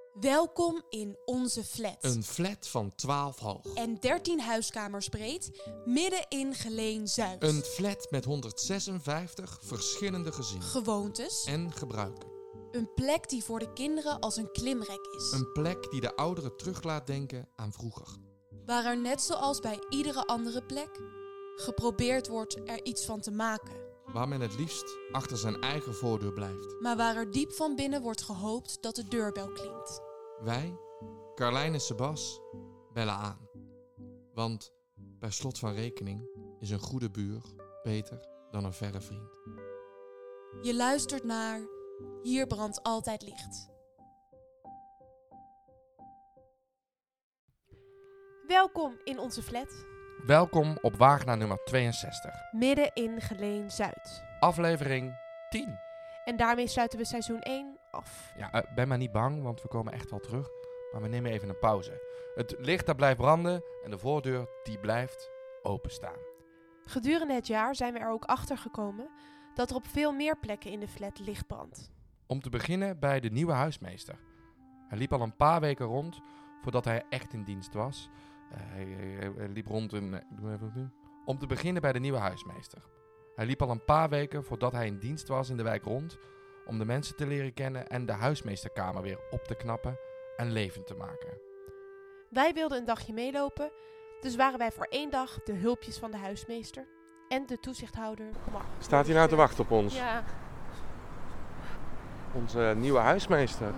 Welkom in onze flat. Een flat van 12 hoog. En 13 huiskamers breed, midden in Geleen-Zuid. Een flat met 156 verschillende gezinnen. Gewoontes. En gebruiken. Een plek die voor de kinderen als een klimrek is. Een plek die de ouderen terug laat denken aan vroeger. Waar er net zoals bij iedere andere plek geprobeerd wordt er iets van te maken. Waar men het liefst achter zijn eigen voordeur blijft. Maar waar er diep van binnen wordt gehoopt dat de deurbel klinkt. Wij, Carlijn en Sebas, bellen aan. Want per slot van rekening is een goede buur beter dan een verre vriend. Je luistert naar Hier brandt altijd licht. Welkom in onze flat, Welkom op Wagna nummer 62. midden in Geleen-Zuid. Aflevering 10. En daarmee sluiten we seizoen 1 af. Ja, ben maar niet bang, want we komen echt wel terug. Maar we nemen even een pauze. Het licht dat blijft branden en de voordeur die blijft openstaan. Gedurende het jaar zijn we er ook achter gekomen dat er op veel meer plekken in de flat licht brandt. Om te beginnen bij de nieuwe huismeester. Hij liep al een paar weken rond voordat hij echt in dienst was. Hij liep rond in... doe even opnieuw. Om te beginnen bij de nieuwe huismeester. Hij liep al een paar weken voordat hij in dienst was in de wijk rond om de mensen te leren kennen en de huismeesterkamer weer op te knappen en levend te maken. Wij wilden een dagje meelopen, dus waren wij voor 1 dag de hulpjes van de huismeester en de toezichthouder. Staat hij nou te wachten op ons? Ja. Onze nieuwe huismeester.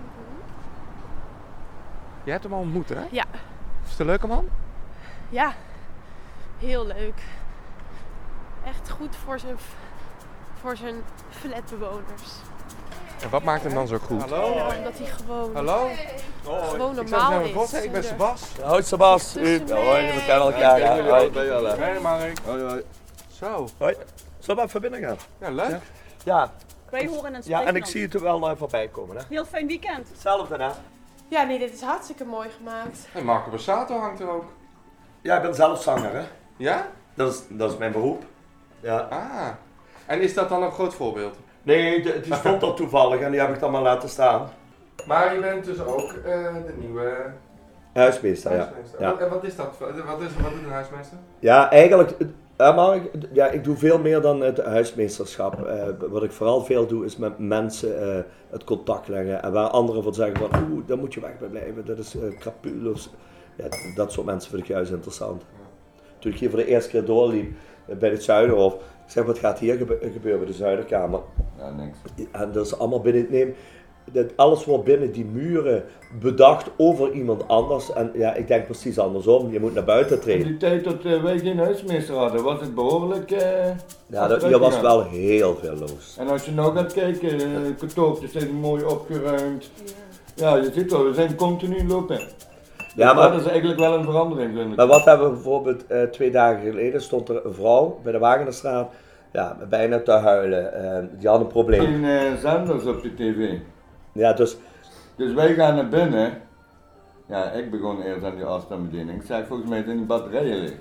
Jij hebt hem al ontmoet, hè? Ja. Is het een leuke man? Ja, heel leuk. Echt goed voor zijn flatbewoners. En wat maakt hem dan zo goed? Hallo. Ja, omdat hij gewoon Ik normaal is. Ik ben Sebas. Hoi Sebas. Tussen Hoi, mij. we kennen elkaar. Ja, Ja, ja, hoi. ben je wel, hè? Hey Mark. Hoi, hoi. Zo. Hoi. Zullen we even binnen gaan? Ja, leuk. Ja. Ja, Wij horen een ja, spreken. en ik zie het er wel voorbij komen. Hè? Heel fijn weekend. Hetzelfde, hè? Ja, nee, dit is hartstikke mooi gemaakt. En Marco Borsato hangt er ook. Ja, ik ben zelf zanger, hè? Ja? Dat is mijn beroep. Ja. Ah. En is dat dan een groot voorbeeld? Nee, die stond er toevallig en die heb ik dan maar laten staan. Maar je bent dus ook de nieuwe Huismeester, ja. huismeester. Ja. En wat is dat? Wat doet een huismeester? Ja, eigenlijk, Mark, ja, ik doe veel meer dan het huismeesterschap. Wat ik vooral veel doe is met mensen het contact leggen. En waar anderen van zeggen van, daar moet je weg bij blijven, dat is krapul. Ja, dat soort mensen vind ik juist interessant. Toen ik hier voor de eerste keer doorliep bij het Zuiderhof, ik zeg, wat gaat hier gebeuren bij de Zuiderkamer? Ja, niks. En dat is allemaal binnen, alles wordt binnen die muren bedacht over iemand anders. En ja, ik denk precies andersom, je moet naar buiten In treden. die tijd dat wij geen huismeester hadden, was het behoorlijk... Ja, hier was wel heel veel los. En als je nou gaat kijken, kartoffels zijn mooi opgeruimd. Ja, je ziet wel, we zijn continu lopen. Ja, Dat maar, is eigenlijk wel een verandering, vind ik. maar wat hebben we bijvoorbeeld 2 dagen geleden, stond er een vrouw bij de Wagenerstraat, ja, bijna te huilen. Die had een probleem. Geen zenders op de tv. Ja, dus, Dus wij gaan naar binnen. Ja, ik begon eerst aan die afstandsbediening. Ik zei, volgens mij zijn die batterijen leeg.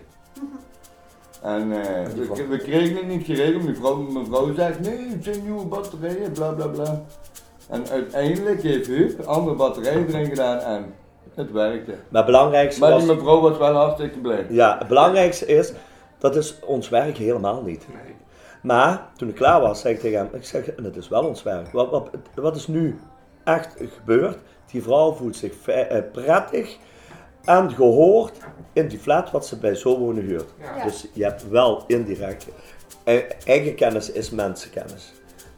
En we kregen het niet geregeld. Mevrouw zegt, nee, het zijn nieuwe batterijen, bla bla bla. En uiteindelijk heeft Huub andere batterijen erin gedaan en het werkte. maar het belangrijkste Maar was, die mevrouw was wel hartstikke blij. ja, het belangrijkste is, dat is ons werk helemaal niet. Nee. Maar toen ik klaar was, zei ik tegen hem, ik zeg, en het is wel ons werk. Wat is nu echt gebeurd? Die vrouw voelt zich prettig en gehoord in die flat wat ze bij Zo Wonen huurt. Ja. Dus je hebt wel indirect, eigen kennis is mensenkennis.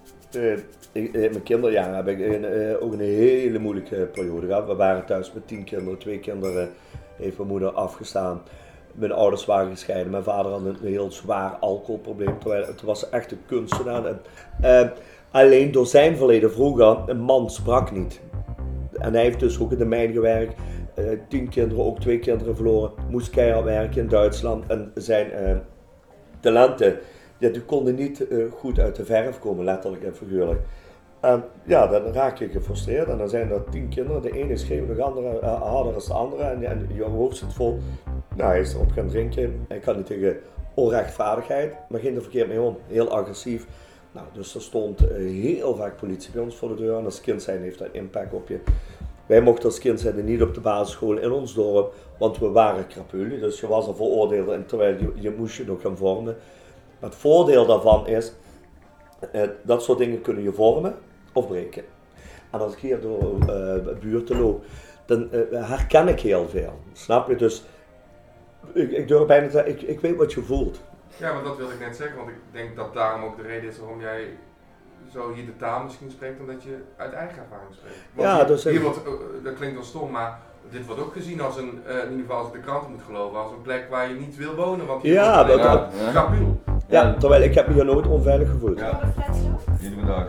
In mijn kinderjaren heb ik ook een hele moeilijke periode gehad. We waren thuis met 10 kinderen, 2 kinderen heeft mijn moeder afgestaan. Mijn ouders waren gescheiden, mijn vader had een heel zwaar alcoholprobleem, terwijl het was echt een kunstenaar. Alleen door zijn verleden vroeger, een man sprak niet. En hij heeft dus ook in de mijn gewerkt, 10 kinderen, ook 2 kinderen verloren, moest keihard werken in Duitsland en zijn talenten, ja, die konden niet goed uit de verf komen, letterlijk en figuurlijk. En ja, dan raak je gefrustreerd en dan zijn er 10 kinderen, de ene schreeuwt de andere harder dan de andere en je hoofd zit vol. Nou, hij is erop gaan drinken, hij kan niet tegen onrechtvaardigheid, maar ging er verkeerd mee om, heel agressief. Nou, dus er stond heel vaak politie bij ons voor de deur en als kind zijn heeft dat impact op je. Wij mochten als kind zijn niet op de basisschool in ons dorp, want we waren krapullen. Dus je was al veroordeeld en terwijl je moest je nog gaan vormen. Maar het voordeel daarvan is, dat soort dingen kunnen je vormen of breken. En als ik hier door buurten loop, dan herken ik heel veel. Snap je? Dus ik durf bijna te zeggen, ik weet wat je voelt. Ja, maar dat wilde ik net zeggen, want ik denk dat daarom ook de reden is waarom jij zo hier de taal misschien spreekt, omdat je uit eigen ervaring spreekt. Want Ja, dus hier wordt, dat klinkt wel stom, maar dit wordt ook gezien als in ieder geval als ik de krant moet geloven, als een plek waar je niet wil wonen, want hier Ja, wordt dat- krapul. Ja, terwijl ik heb me hier nooit onveilig gevoeld. Ja. Iedere dag.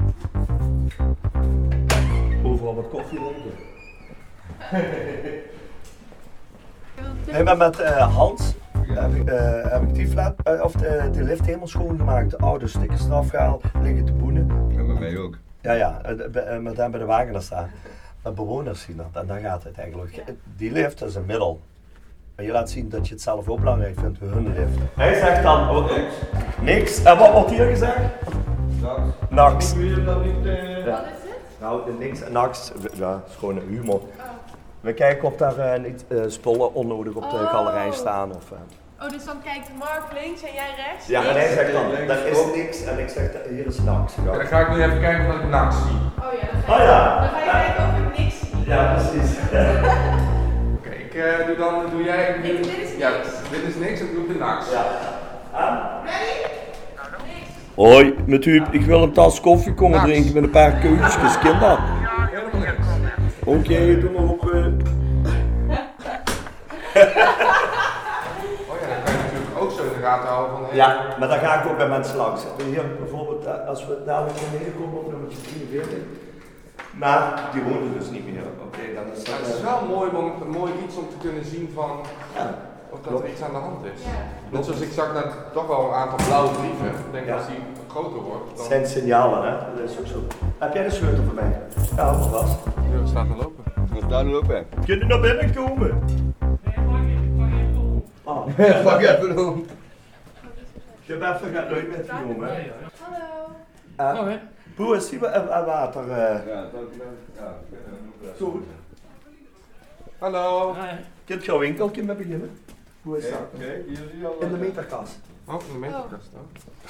Overal wat koffie drinken. Maar met Hans heb ik die flat, of de lift helemaal schoongemaakt. De oude stickers eraf gehaald, liggen te boenen. Ja, bij mij ook. Ja, met hem bij de wagen staan. Maar bewoners zien dat en dan gaat het eigenlijk. Die lift is een middel. Maar je laat zien dat je het zelf ook belangrijk vindt, hun lift. Hij zegt dan niks. En wat wordt hier gezegd? Naks. Wil je dat niet? Ja. Nou, niks en naks, ja, dat is gewoon humor. We kijken of daar niet spullen onnodig op de galerij staan. Of, Oh, dus dan kijkt Mark links en jij rechts? Ja, en hij zegt dan, er is niks en ik zeg, hier is naks. En dan ga ik nu even kijken of ik naakt zie. Oh ja, dan ga je kijken of ik niks zie. Ja, precies. Oké, doe jij... Dit is Ja, niks. dit is niks en doe ik de naakt. Ja. Ready? Hoi, met u, ik wil een tas koffie komen Naks. drinken met een paar keutjes, kinder. Helemaal niks. Oké, doe maar op. Oh ja, dan kan je natuurlijk ook zo in de gaten houden van... hey, Ja, maar dan ga ik ook bij mensen langs. Hier bijvoorbeeld, als we dadelijk beneden komen op nummertje 43. Maar die wonen dus niet meer. Oké, dan is Maar dat... het is wel mooi iets om te kunnen zien van Ja. of dat er iets aan de hand is. Ja. Net zoals ik zag net toch wel een aantal blauwe brieven. Ik denk Ja. als die groter wordt, Het dan zijn signalen, hè? Dat is ook zo. Heb jij de sleutel voor mij? Ja, dat was. we staat te lopen. We staan er ook bij. Kun je naar binnen komen? Ah, Pak even om. je hebt even gaat nooit met genomen. Hallo. Boer, zie we water? Ja, dat Zo goed. Hallo. Kun je jouw winkeltje mee beginnen? Hoe is dat? Kijk, hier zie je al. In de meterkast. Oh, een meterkast dan.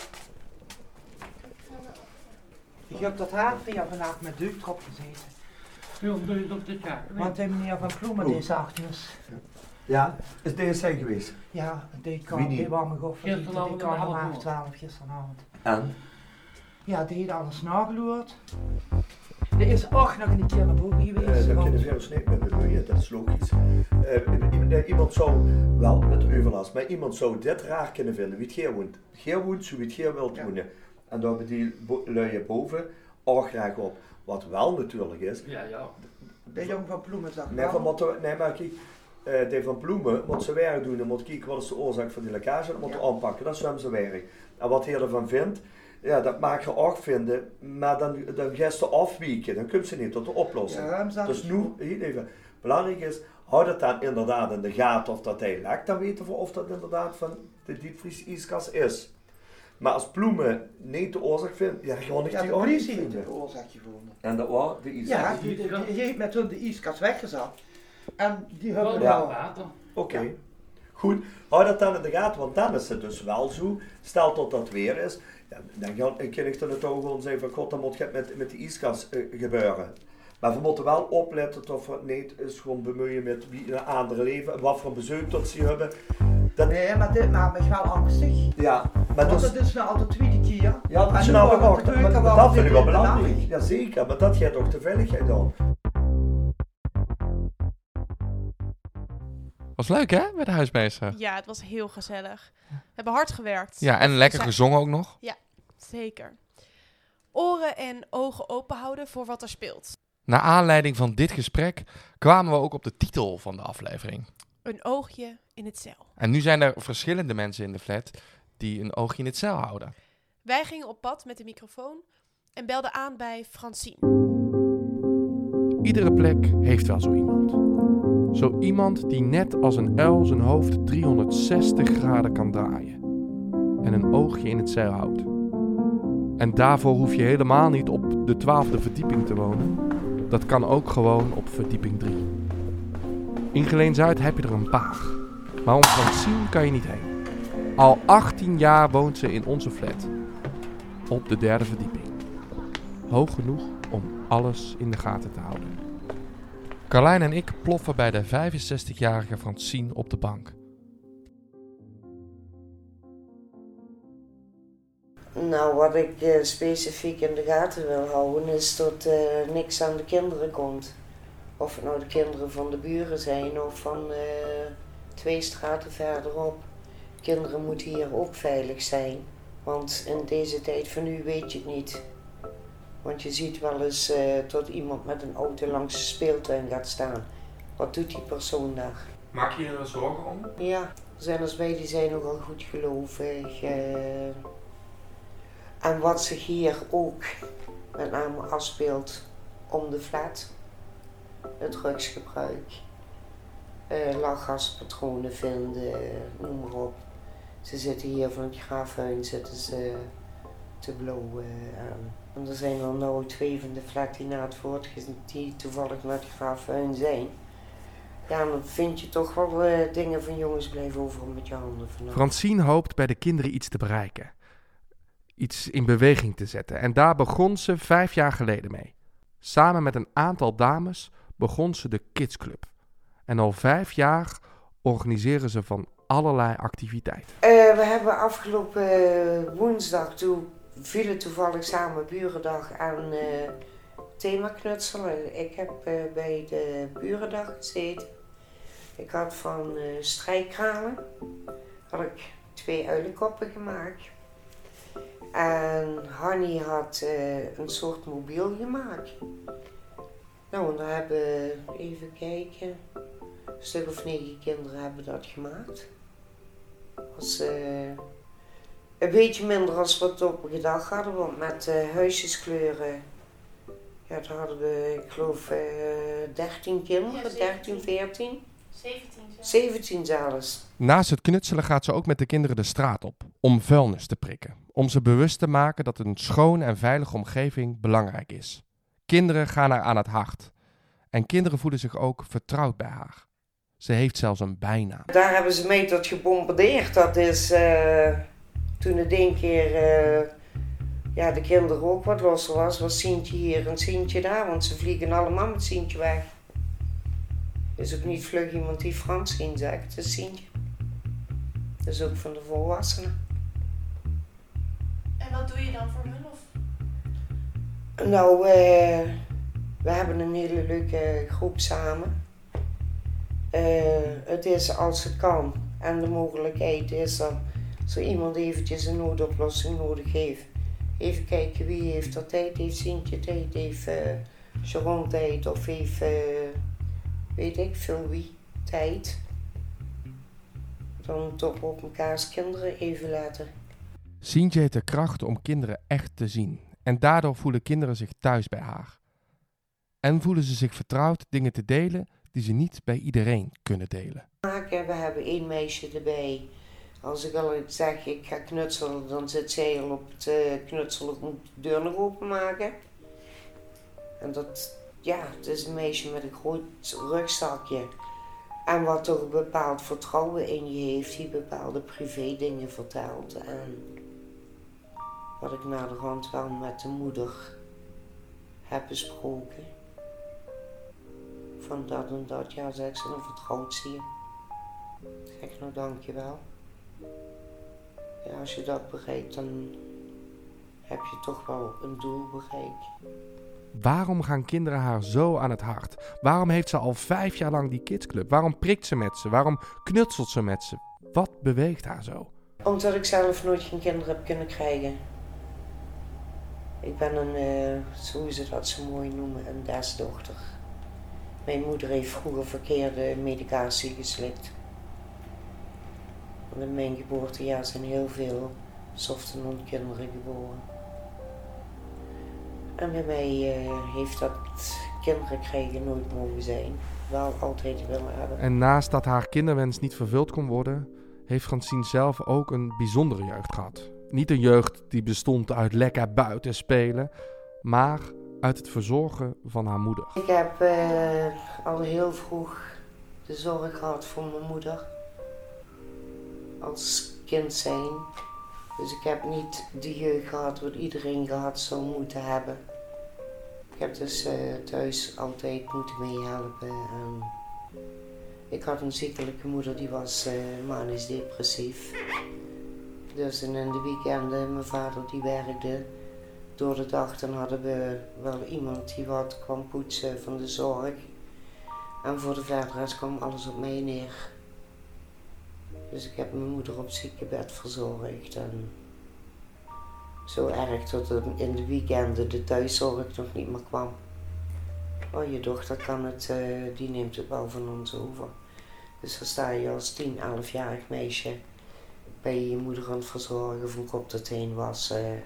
Ik heb dat Hadria vandaag met Duik erop gezeten. Want de meneer Van Ploemen die zag dus. Ja, is deze zijn geweest? Ja, die Wie kwam, niet? die wou me gewoon vergeten. Die Gisteravond kwam om om half 12 gisteravond. En? Ja, die heeft alles nageloerd. Er is ook nog een keer naar boven geweest. Dan want- kunnen veel sneeuw met bedoeien, dat is logisch. Iemand zou, wel met overlast, maar iemand zou dit raar kunnen vinden, wie het hier woont. Hier woont, zo wie het hier wilt wonen. En dan hebben die lui boven ook graag op. Wat wel natuurlijk is, Ja. De jong Van Ploemen zag nee, wel. maar kijk, de Van Ploemen moet zijn werk doen en moet kijken wat is de oorzaak van die lekkage, dat moet Ja. aanpakken, dat is hem zijn werk. En wat hij ervan vindt, ja, dat mag je ook vinden, maar dan ga ze afwijken, dan komt ze niet tot de oplossing. Ja, hem zag Dus ik. nu, hier even, belangrijk is, houd het dan inderdaad in de gaten of dat hij lekt, dan weten we of dat inderdaad van de diepvries-ijskast is. Maar als Ploemen niet de oorzaak vindt, ja, gewoon niet Ja, die de oorzaak politie heeft de vinden. oorzaak gevonden. En dat was de ijskast. Ja, die heeft met hun de ijskast weggezet. En die hebben Wel nou... water. Oké. Ja. Goed, hou dat dan in de gaten, want dan is het dus wel zo, stel tot dat weer is, ja, dan kan ik er toch gewoon zeggen van god, dan moet het met de ijskast gebeuren. Maar we moeten wel opletten of we niet is gewoon bemoeien met wie een andere leven, wat voor bezoek dat ze hebben. Dat, Nee, maar dit maakt me wel angstig. ja, maar Want dus, het is nou al de tweede keer. ja, dat En is nu nou wordt ook, het de maar keuken dat wel vind ik wel dit belangrijk. belangrijk. Jazeker, maar dat gaat ook de veiligheid aan. Was leuk hè, bij de huismeester? Ja, het was heel gezellig. We hebben hard gewerkt. Ja, en lekker Zijn- gezongen ook nog. Zeker. Oren en ogen open houden voor wat er speelt. Naar aanleiding van dit gesprek kwamen we ook op de titel van de aflevering. Een oogje in het zeil. En nu zijn er verschillende mensen in de flat die een oogje in het zeil houden. Wij gingen op pad met de microfoon en belden aan bij Francine. Iedere plek heeft wel zo iemand. Zo iemand die net als een uil zijn hoofd 360 graden kan draaien. En een oogje in het zeil houdt. En daarvoor hoef je helemaal niet op de 12e verdieping te wonen. Dat kan ook gewoon op verdieping 3. In Geleen-Zuid heb je er een paar. Maar om Francine kan je niet heen. Al 18 jaar woont ze in onze flat. Op de 3e verdieping. Hoog genoeg om alles in de gaten te houden. Carlijn en ik ploffen bij de 65-jarige Francine op de bank. Nou, wat ik specifiek in de gaten wil houden is dat niks aan de kinderen komt. Of het nou de kinderen van de buren zijn of van 2 straten verderop. Kinderen moeten hier ook veilig zijn. Want in deze tijd van nu weet je het niet. Want je ziet wel eens dat iemand met een auto langs de speeltuin gaat staan. Wat doet die persoon daar? Maak je je er zorgen om? Ja, er zijn er bij die zijn nogal goedgelovig. En wat zich hier ook met name afspeelt om de flat. Het drugsgebruik. Lachgaspatronen vinden, noem maar op. Ze zitten hier van het graafhuis zitten ze te blowen. En er zijn er nou 2 van de flat die na het voortgezet die toevallig naar het graafhuis zijn. Ja, dan vind je toch wel dingen van jongens blijven overal met je handen vanaf. Francine hoopt bij de kinderen iets te bereiken. Iets in beweging te zetten. En daar begon ze 5 jaar geleden mee. Samen met een aantal dames begon ze de Kidsclub. En al 5 jaar organiseren ze van allerlei activiteiten. We hebben afgelopen woensdag, toen vielen toevallig samen Burendag aan thema knutselen. Ik heb bij de Burendag gezeten. Ik had van strijkkralen had ik 2 uilenkoppen gemaakt. En Hanny had een soort mobiel gemaakt. Nou, en daar hebben, even kijken, een stuk of 9 kinderen hebben dat gemaakt. Was een beetje minder als wat we op gedacht hadden, want met huisjeskleuren, ja, daar hadden we, ik geloof, 13 kinderen, ja, 13, 14. 17 zelfs. Naast het knutselen gaat ze ook met de kinderen de straat op om vuilnis te prikken. Om ze bewust te maken dat een schone en veilige omgeving belangrijk is. Kinderen gaan haar aan het hart. En kinderen voelen zich ook vertrouwd bij haar. Ze heeft zelfs een bijnaam. Daar hebben ze mee tot gebombardeerd. Dat is toen het 1 keer ja, de kinderen ook wat losser was Sientje hier en Sientje daar. Want ze vliegen allemaal met Sientje weg. Er is ook niet vlug iemand die Frans zien zegt, het is Sientje. Dat is ook van de volwassenen. En wat doe je dan voor hun? Of? Nou, we hebben een hele leuke groep samen. Het is als het kan en de mogelijkheid is er, zo iemand eventjes een noodoplossing nodig heeft. Even kijken wie heeft er tijd, heeft Sientje tijd, heeft Sharon tijd of heeft weet ik veel wie tijd. Dan toch op elkaars kinderen even laten. Sientje heeft de kracht om kinderen echt te zien. En daardoor voelen kinderen zich thuis bij haar. En voelen ze zich vertrouwd dingen te delen die ze niet bij iedereen kunnen delen. We hebben 1 meisje erbij. Als ik al zeg ik ga knutselen, dan zit zij al op het knutselen om de deur nog openmaken. En dat, ja, het is een meisje met een groot rugzakje. En wat toch een bepaald vertrouwen in je heeft, die bepaalde privé dingen vertelt. En wat ik naderhand wel met de moeder heb besproken. Van dat en dat, ja, zegt ze, dan vertrouwt ze je. Zeg ik, nou dankjewel. Ja, als je dat bereikt, dan heb je toch wel een doel bereikt. Waarom gaan kinderen haar zo aan het hart? Waarom heeft ze al 5 jaar lang die kidsclub? Waarom prikt ze met ze? Waarom knutselt ze met ze? Wat beweegt haar zo? Omdat ik zelf nooit geen kinderen heb kunnen krijgen. Ik ben hoe ze dat zo mooi noemen, een desdochter. Mijn moeder heeft vroeger verkeerde medicatie geslikt. Want in mijn geboortejaar zijn heel veel softenhond-kinderen geboren. En bij mij heeft dat kinderen krijgen nooit mogen zijn. Wel altijd willen hebben. En naast dat haar kinderwens niet vervuld kon worden, heeft Francine zelf ook een bijzondere jeugd gehad. Niet een jeugd die bestond uit lekker buiten spelen, maar uit het verzorgen van haar moeder. Ik heb al heel vroeg de zorg gehad voor mijn moeder. Als kind zijn. Dus ik heb niet de jeugd gehad wat iedereen gehad zou moeten hebben. Ik heb dus thuis altijd moeten meehelpen. Ik had een ziekelijke moeder, die was manisch depressief. Dus in de weekenden, mijn vader die werkte door de dag, dan hadden we wel iemand die wat kwam poetsen van de zorg. En voor de verder kwam alles op mij neer. Dus ik heb mijn moeder op het ziekenbed verzorgd. En zo erg tot in de weekenden de thuiszorg nog niet meer kwam. Oh, je dochter kan het, die neemt het wel van ons over. Dus dan sta je als 10, 11-jarig meisje bij je moeder aan het verzorgen, van kop tot teen wassen.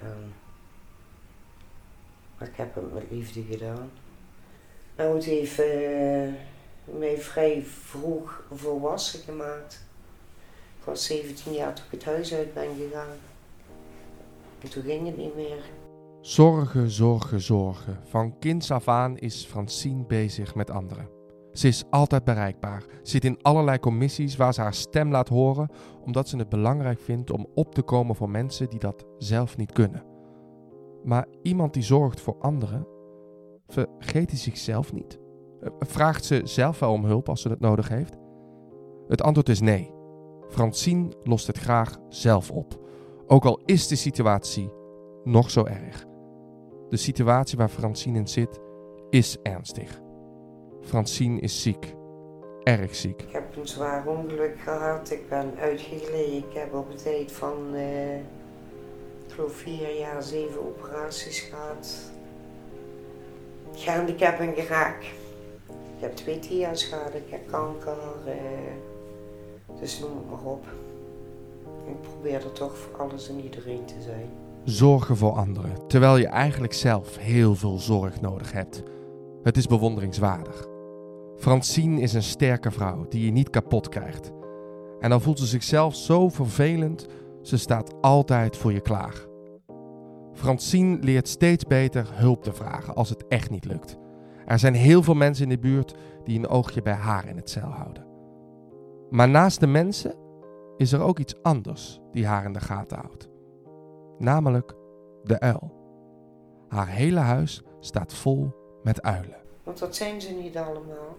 Maar ik heb het met liefde gedaan. Nou, het heeft mij vrij vroeg volwassen gemaakt. Ik was 17 jaar toen ik het huis uit ben gegaan. En toen ging het niet meer. Zorgen, zorgen, zorgen. Van kinds af aan is Francine bezig met anderen. Ze is altijd bereikbaar, zit in allerlei commissies waar ze haar stem laat horen, omdat ze het belangrijk vindt om op te komen voor mensen die dat zelf niet kunnen. Maar iemand die zorgt voor anderen, vergeet hij zichzelf niet? Vraagt ze zelf wel om hulp als ze het nodig heeft? Het antwoord is nee. Francine lost het graag zelf op. Ook al is de situatie nog zo erg. De situatie waar Francine in zit, is ernstig. Francine is ziek. Erg ziek. Ik heb een zwaar ongeluk gehad. Ik ben uitgegleden. Ik heb op een tijd van, ik geloof 4 jaar 7 operaties gehad. Gehandicapt en geraakt. Ik heb 2 TIA-schade, ik heb kanker. Dus noem het maar op. Ik probeer er toch voor alles en iedereen te zijn. Zorgen voor anderen, terwijl je eigenlijk zelf heel veel zorg nodig hebt. Het is bewonderingswaardig. Francine is een sterke vrouw die je niet kapot krijgt. En dan voelt ze zichzelf zo vervelend, ze staat altijd voor je klaar. Francine leert steeds beter hulp te vragen als het echt niet lukt. Er zijn heel veel mensen in de buurt die een oogje bij haar in het zeil houden. Maar naast de mensen is er ook iets anders die haar in de gaten houdt. Namelijk de uil. Haar hele huis staat vol met uilen. Want dat zijn ze niet allemaal.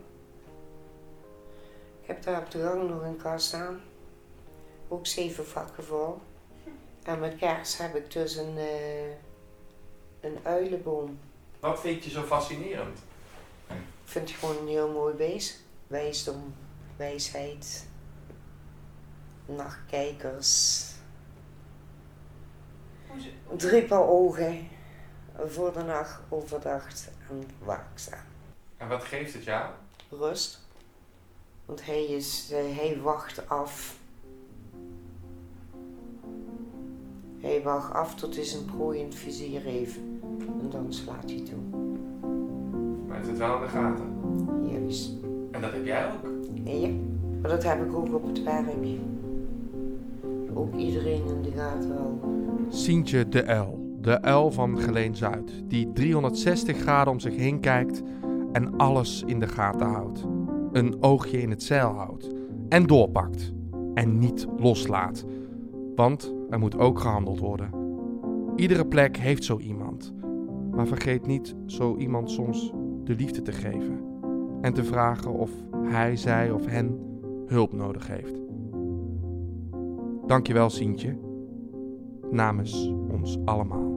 Ik heb daar op de gang nog een kast staan. Ook 7 vakken vol. En met kerst heb ik dus een uilenboom. Wat vind je zo fascinerend? Ik vind het gewoon een heel mooi beest. Wijsdom, wijsheid, nachtkijkers. 3 paar ogen voor de nacht overdacht en waakzaam. En wat geeft het jou? Rust. Want hij wacht af. Hij wacht af tot hij zijn prooi in het vizier heeft. En dan slaat hij toe. Maar het zit wel in de gaten. Juist. En dat heb jij ook? Ja, maar dat heb ik ook op het werk. Ook iedereen in de gaten houden. Sientje de uil. De uil van Geleen Zuid. Die 360 graden om zich heen kijkt en alles in de gaten houdt. Een oogje in het zeil houdt. En doorpakt. En niet loslaat. Want er moet ook gehandeld worden. Iedere plek heeft zo iemand. Maar vergeet niet zo iemand soms de liefde te geven. En te vragen of hij, zij of hen hulp nodig heeft. Dankjewel Sientje. Namens ons allemaal.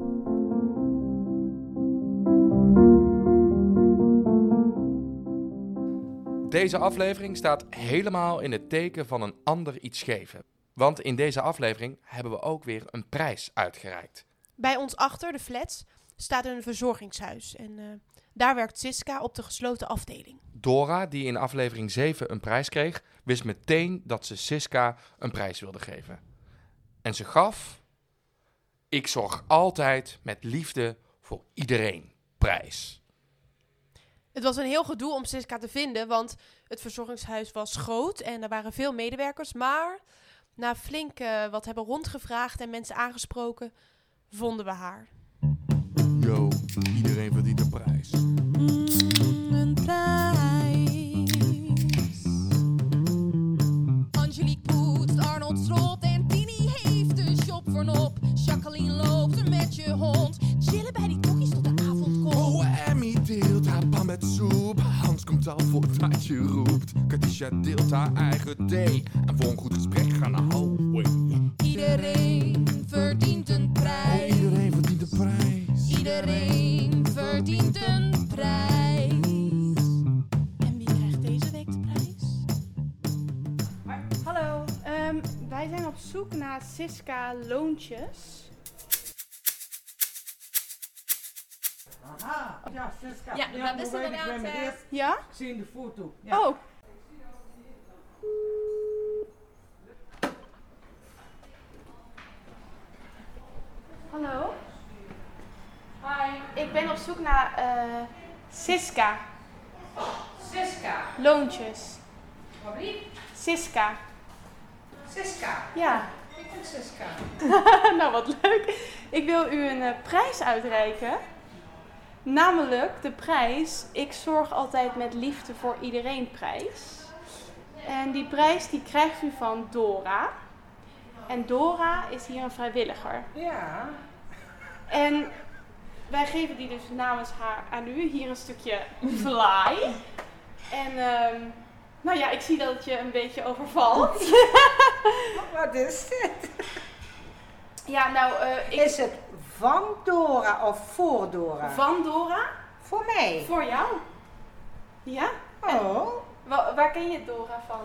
Deze aflevering staat helemaal in het teken van een ander iets geven. Want in deze aflevering hebben we ook weer een prijs uitgereikt. Bij ons achter, de flats, staat een verzorgingshuis. En daar werkt Siska op de gesloten afdeling. Dora, die in aflevering 7 een prijs kreeg, wist meteen dat ze Siska een prijs wilde geven. En ze gaf: ik zorg altijd met liefde voor iedereen prijs. Het was een heel gedoe om Siska te vinden, want het verzorgingshuis was groot en er waren veel medewerkers. Maar na flink wat hebben rondgevraagd en mensen aangesproken, vonden we haar. Yo, iedereen verdient een prijs. met soep. Hans komt al voordat je roept. Katisha deelt haar eigen thee. En voor een goed gesprek gaan naar Hallway. Iedereen verdient een prijs. Iedereen verdient een prijs. Iedereen verdient een prijs. En wie krijgt deze week de prijs? Hallo, wij zijn op zoek naar Siska loontjes. Aha, ja, Siska. Ja, dat is inderdaad... Ja? Ik zie in de foto. Ja. Oh. Hallo? Hi. Ik ben op zoek naar Siska. Siska. Loontjes. Wat lief. Siska. Siska. Ja. Ik ben Siska. Nou, wat leuk. Ik wil u een prijs uitreiken. Namelijk de prijs Ik zorg altijd met liefde voor iedereen prijs. En die prijs die krijgt u van Dora. En Dora is hier een vrijwilliger. Ja. En wij geven die dus namens haar aan u. Hier een stukje fly. En nou ja, ik zie dat het je een beetje overvalt. Wat is dit? Ja, nou, Is het van Dora of voor Dora? Van Dora. Voor mij? Voor jou. Ja? Oh. Waar ken je Dora van?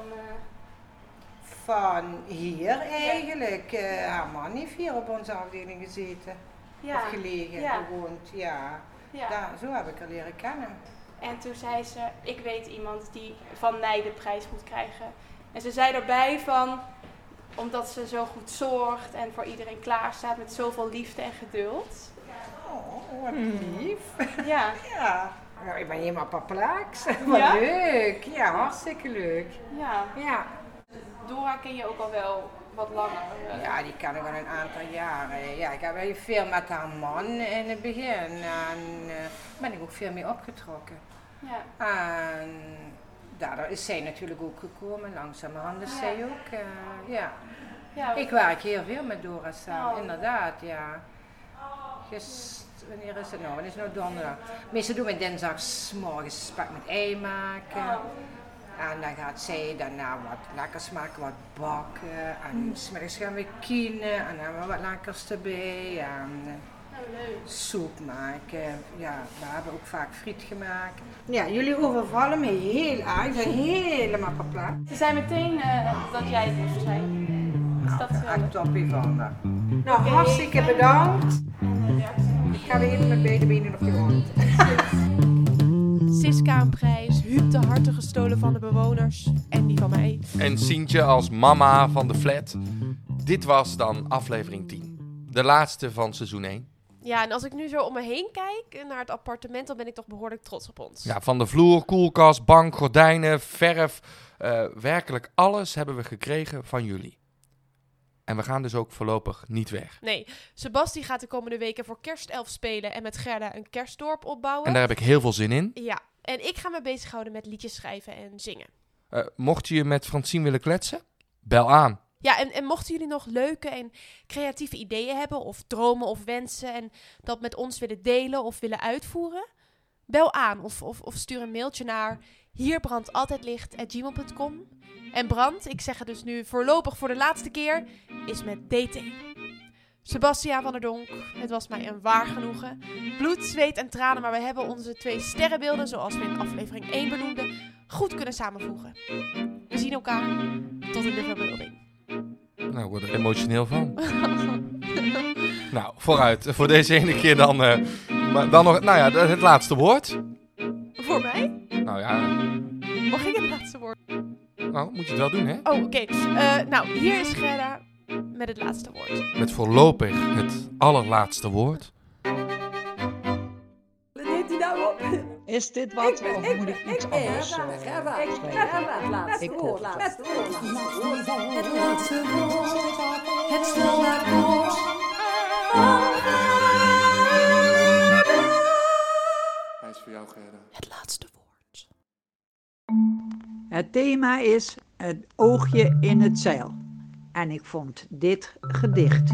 Van hier eigenlijk. Haar man heeft hier op onze afdeling gezeten. Ja. Of gelegen, Ja. gewoond. Ja. Ja. Daar, zo heb ik haar leren kennen. En toen zei ze, ik weet iemand die van mij de prijs moet krijgen. En ze zei erbij van, omdat ze zo goed zorgt en voor iedereen klaar staat met zoveel liefde en geduld. Oh, wat lief. Ja. Ja. Nou, ik ben helemaal perplex. Ja? Wat leuk. Ja, hartstikke leuk. Ja. Ja. Dora ken je ook al wel wat langer. Ja, die ken ik al een aantal jaren. Ja, ik heb heel veel met haar man in het begin. En ben ik ook veel mee opgetrokken. Ja. En daardoor is zij natuurlijk ook gekomen. Langzamerhand is zij ook. Ja. Ja. Ik werk heel veel met Dora samen, Oh. inderdaad, ja. Wanneer is het nou? Wanneer is het nou donderdag? Meestal doen we dinsdagsmorgens spek met ei maken. En dan gaat zij daarna wat lekkers maken, wat bakken. En 's middags gaan we kienen en dan hebben we wat lekkers erbij. En leuk. soep maken. Ja, we hebben ook vaak friet gemaakt. Ja, jullie overvallen me heel erg. Ik ben helemaal perplex. Ze zei meteen dat jij het moest zijn. Is dat zo? Echt toppie van haar. Nou, hartstikke bedankt. Ik ga weer even met beide benen op de grond. Siska een prijs, Huub de harten gestolen van de bewoners en die van mij. En Sientje als mama van de flat. Dit was dan aflevering 10. De laatste van seizoen 1. Ja, en als ik nu zo om me heen kijk naar het appartement, dan ben ik toch behoorlijk trots op ons. Ja, van de vloer, koelkast, bank, gordijnen, verf. Werkelijk alles hebben we gekregen van jullie. En we gaan dus ook voorlopig niet weg. Nee, Sebasti gaat de komende weken voor Kerstelf spelen en met Gerda een kerstdorp opbouwen. En daar heb ik heel veel zin in. Ja, en ik ga me bezighouden met liedjes schrijven en zingen. Mocht je met Francine willen kletsen, bel aan. Ja, en mochten jullie nog leuke en creatieve ideeën hebben of dromen of wensen en dat met ons willen delen of willen uitvoeren, bel aan of stuur een mailtje naar hierbrandt-altijd-licht@gmail.com. En Brand, ik zeg het dus nu voorlopig voor de laatste keer, is met DT. Sebastiaan van der Donk, het was mij een waar genoegen. Bloed, zweet en tranen, maar we hebben onze 2 sterrenbeelden, zoals we in aflevering 1 benoemden, goed kunnen samenvoegen. We zien elkaar tot in de verbeelding. Nou, ik word er emotioneel van. Nou, vooruit. Voor deze ene keer dan, maar dan nog, nou ja, het laatste woord. Voor mij? Nou ja. Mag ik het laatste woord? Nou, moet je het wel doen, hè? Oh, oké. Nou, hier is Gerda met het laatste woord. Met voorlopig het allerlaatste woord. Neemt hij nou op? Is dit wat of moet ik iets anders Gerda, het laatste woord. Het laatste woord. Het standaardwoord. Hij is voor jou, Gerda. Het laatste woord. Het thema is het oogje in het zeil. En ik vond dit gedicht.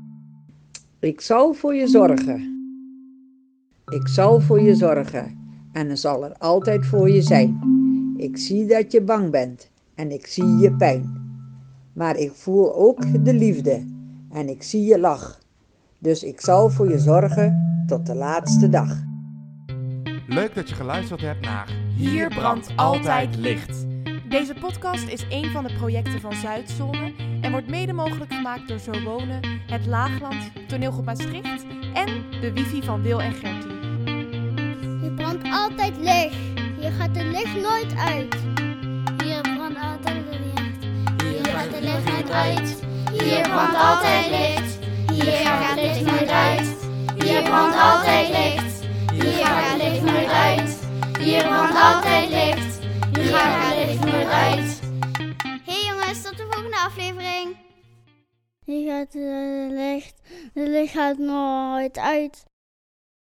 Ik zal voor je zorgen. Ik zal voor je zorgen. en zal er altijd voor je zijn. Ik zie dat je bang bent en ik zie je pijn. Maar ik voel ook de liefde en ik zie je lach. Dus ik zal voor je zorgen tot de laatste dag. Leuk dat je geluisterd hebt naar Hier brandt altijd licht. Deze podcast is een van de projecten van Zuidzone en wordt mede mogelijk gemaakt door Zo Wonen, Het Laagland, Toneelgroep Maastricht en de wifi van Wil en Gertie. Hier brandt altijd licht. Hier gaat de licht nooit uit. Hier brandt altijd licht. Hier gaat de licht nooit uit. Hier brandt altijd licht. Hier gaat het licht nooit uit. Hier brandt altijd licht. Hier gaat het licht nooit uit. Hier brandt altijd licht. Hier gaat het licht nooit uit. Hey jongens, tot de volgende aflevering. Hier gaat het licht. Het licht gaat nooit uit.